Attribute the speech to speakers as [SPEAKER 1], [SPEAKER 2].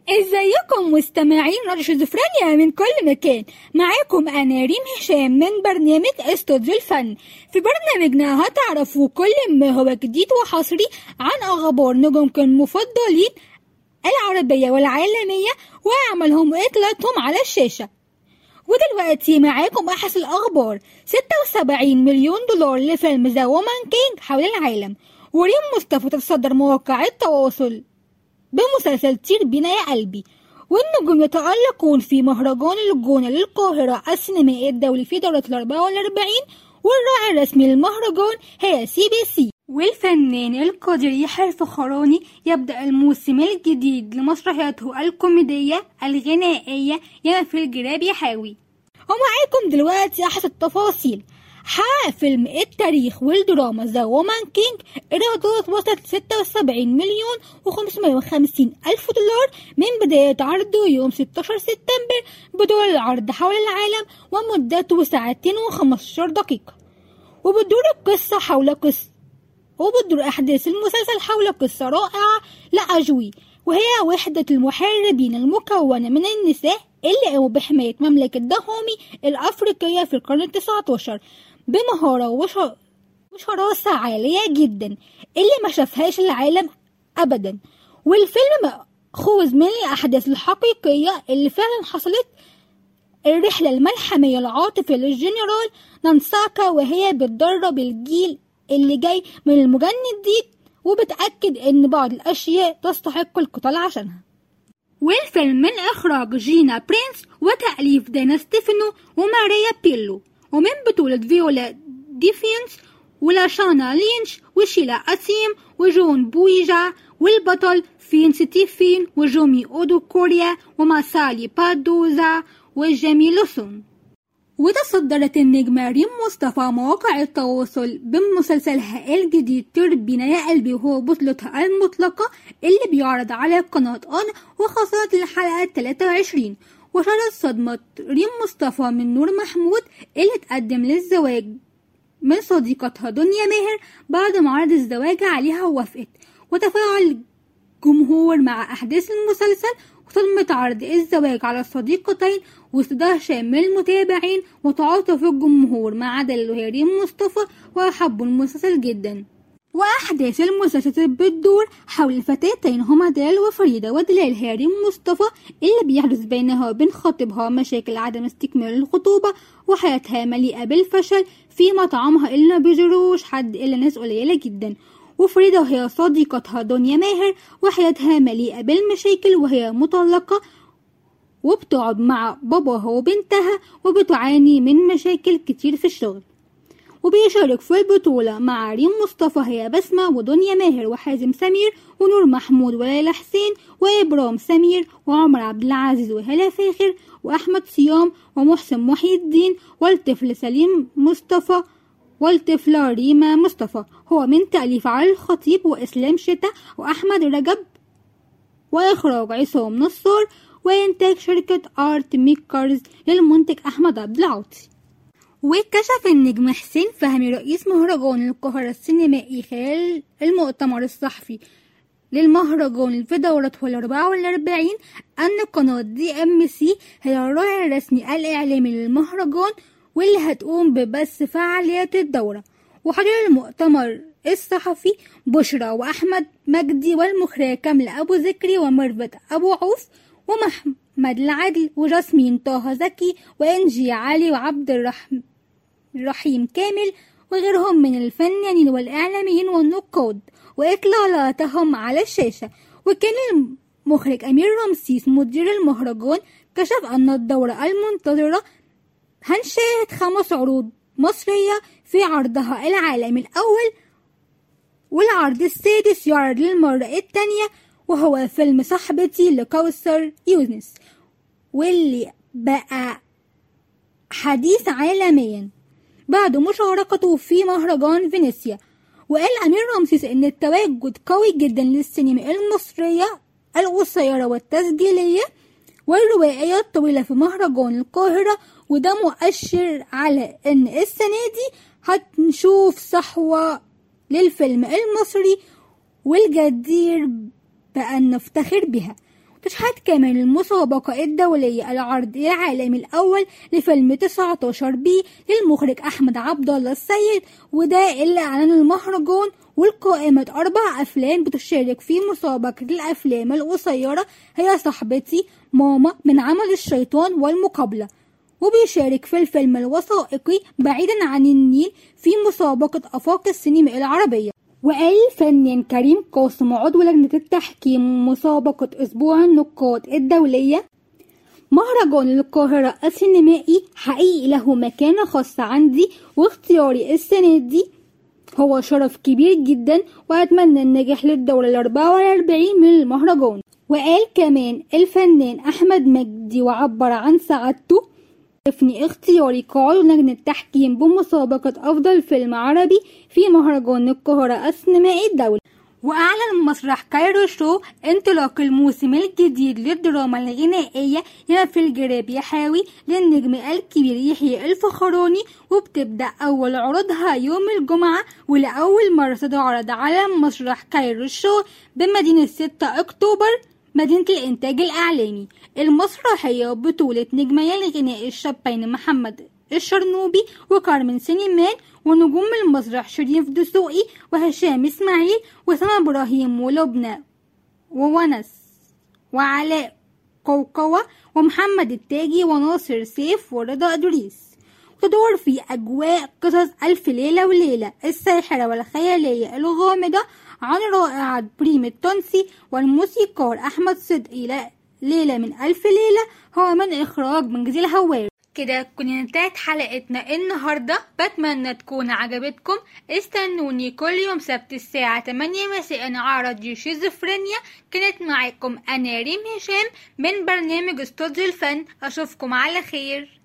[SPEAKER 1] ازيكم مستمعين راديو شيزوفرينيا من كل مكان. معاكم انا ريم هشام من برنامج استوديو الفن. في برنامجنا هتعرفوا كل ما هو جديد وحصري عن اخبار نجومكم المفضلين العربية والعالمية وأعمالهم وإطلالتهم على الشاشة. ودلوقتي معاكم أحدث الأخبار. 76 مليون دولار لفيلم ذا وومن كينج حول العالم. وريم مصطفى تتصدر مواقع التواصل بمسلسل طير بينا يا قلبي. والنجوم يتألقون في مهرجان الجونة للقاهرة السينمائي الدولي في دورة 44، والراعي الرسمي للمهرجان هي CBC. والفنان القدير يحيى الفخراني يبدأ الموسم الجديد لمسرحياته الكوميدية الغنائية يانا في الجراب يحاوي. ومعاكم دلوقتي أحدث التفاصيل. حقق فيلم التاريخ والدراما ذا وومن كينج إيرادات وصلت 76 مليون و550 ألف دولار من بداية عرضه يوم 16 سبتمبر بدور العرض حول العالم، ومدته 2 ساعات و15 دقيقة. وبتدور أحداث المسلسل حول قصة رائعة لأجوي، وهي وحدة المحاربين المكونة من النساء اللي قاموا بحماية مملكة دهومي الأفريقية في القرن 19 بمهارة وشراسة عالية جدا اللي ما شافهاش العالم أبدا. والفيلم مأخوذ من الأحداث الحقيقية اللي فعلا حصلت. الرحلة الملحمية العاطفية للجنرال نانساكا وهي بتدرب الجيل اللي جاي من المجندين، وبتأكد ان بعض الاشياء تستحق القتال عشانها. والفيلم من اخراج جينا برينس وتأليف دانا ستيفانو وماريا بيلو، ومن بطولة فيولا ديفينس ولاشانا لينش وشيلا أسيم وجون بويجا، والبطل فين ستيفين وجومي أودو كوريا وماسالي بادوزا وجيمي لوسون. وتصدرت النجمة ريم مصطفى مواقع التواصل بمسلسلها الجديد طير بينا يا قلبي، وهو بطولتها المطلقة اللي بيعرض على قناة أون وخاصة الحلقة 23. وشهدت صدمة ريم مصطفى من نور محمود اللي تقدم للزواج من صديقتها دنيا ماهر بعد ما عرض الزواج عليها ووافقت. وتفاعل الجمهور مع أحداث المسلسل وصدمة عرض الزواج على الصديقتين واستدهشان من المتابعين، وتعاطف الجمهور مع دلال وهي ريم مصطفى وأحبوا المسلسل جدا. وأحداث المسلسل بتدور حول الفتاتين هما دلال وفريدة. ودلال هي ريم مصطفى اللي بيحدث بينها وبين خطيبها مشاكل عدم استكمال الخطوبة، وحياتها مليئة بالفشل في مطعمها اللي ما بيجروش حد إلا ناس قليلة جدا. وفريدة وهي صديقتها دنيا ماهر وحياتها مليئة بالمشاكل، وهي مطلقة وبتقعد مع باباها وبنتها وبتعاني من مشاكل كتير في الشغل. وبيشارك في البطولة مع ريم مصطفى هي بسمة ودنيا ماهر وحازم سمير ونور محمود وليلى حسين وإبرام سمير وعمر عبد العزيز وهلا فاخر وأحمد صيام ومحسن محي الدين والطفل سليم مصطفى والطفلة ريما مصطفى. هو من تأليف علي الخطيب وإسلام شتا وأحمد رجب، وإخراج عصام نصار، وإنتاج شركة آرت ميكرز للمنتج أحمد عبد العاطي. وكشف النجم حسين فهمي رئيس مهرجان القاهرة السينمائي خلال المؤتمر الصحفي للمهرجان في دورته 44 أن قناة DMC هي الراعي الرسمي الإعلامي للمهرجان واللي هتقوم ببث فعاليات الدورة. وحضر المؤتمر الصحفي بشرى وأحمد مجدي والمخرجة كاملة أبو ذكري وميرفت أبو عوف ومحمد العدل وجاسمين طه زكي وإنجي علي وعبد الرحيم كامل وغيرهم من الفنانين والإعلاميين والنقاد وإطلالاتهم على الشاشة. وكان المخرج أمير رمسيس مدير المهرجان كشف أن الدورة المنتظرة هنشاهد 5 عروض مصرية في عرضها العالمي الأول، والعرض السادس يعرض للمرة الثانية وهو فيلم صاحبتي لكوثر يونس، واللي بقى حديث عالميا بعد مشاركته في مهرجان فينيسيا. وقال أمير رمسيس إن التواجد قوي جدا للسينما المصرية القصيرة والتسجيلية والروائية الطويلة في مهرجان القاهرة، وده مؤشر على إن السنة دي هنشوف صحوة للفيلم المصري والجدير بأن نفتخر بها. تشهد كمان المسابقة الدولية العرض العالمي الأول لفيلم 19 بي للمخرج أحمد عبد الله السيد، وده اللي أعلن المهرجان. والقائمة 4 أفلام بتشارك في مسابقة الأفلام القصيرة هي صاحبتي، ماما، من عمل الشيطان، والمقابلة. وبيشارك في الفيلم الوثائقي بعيدا عن النيل في مسابقة آفاق السينما العربية. وقال الفنان كريم قاسم عضو لجنة التحكيم مسابقة أسبوع النقاد الدولية: مهرجان القاهرة السينمائي حقيقي له مكانة خاصة عندي، واختياري السنة دي هو شرف كبير جدا، وأتمنى النجاح للدورة 44 من المهرجان. وقال كمان الفنان أحمد مجدي وعبر عن سعادته يفني اختياري كعضو لجنة التحكيم بمسابقة أفضل فيلم عربي في مهرجان القاهرة السينمائي الدولي. وأعلن مسرح كايرو شو انطلاق الموسم الجديد للدراما الغنائية هنا في الجراب يحاوي للنجم الكبير يحيى الفخراني، وبتبدأ أول عروضها يوم الجمعة، ولأول مرة تتعرض على مسرح كايرو شو بمدينة 6 أكتوبر مدينة الإنتاج الإعلامي. المسرحية بطولة نجمي الغناء الشابين محمد الشرنوبي وكارمن سليمان، ونجوم المسرح شريف دسوقي وهشام إسماعيل وسما إبراهيم ولبنى وونس وعلاء قوقوة ومحمد التاجي وناصر سيف ورضا إدريس. تدور في أجواء قصص ألف ليلة وليلة الساحرة والخيالية الغامضة عن رائعة بريم التونسي والموسيقار أحمد صدقي. ليلة من ألف ليلة هو من إخراج منجز الهواري. كده كنا انتهت حلقتنا النهاردة، بتمنى تكون عجبتكم. استنوني كل يوم سبت الساعة 8 مساء على راديو شيزوفرينيا. كانت معاكم أنا ريم هشام من برنامج استوديو الفن. أشوفكم على خير.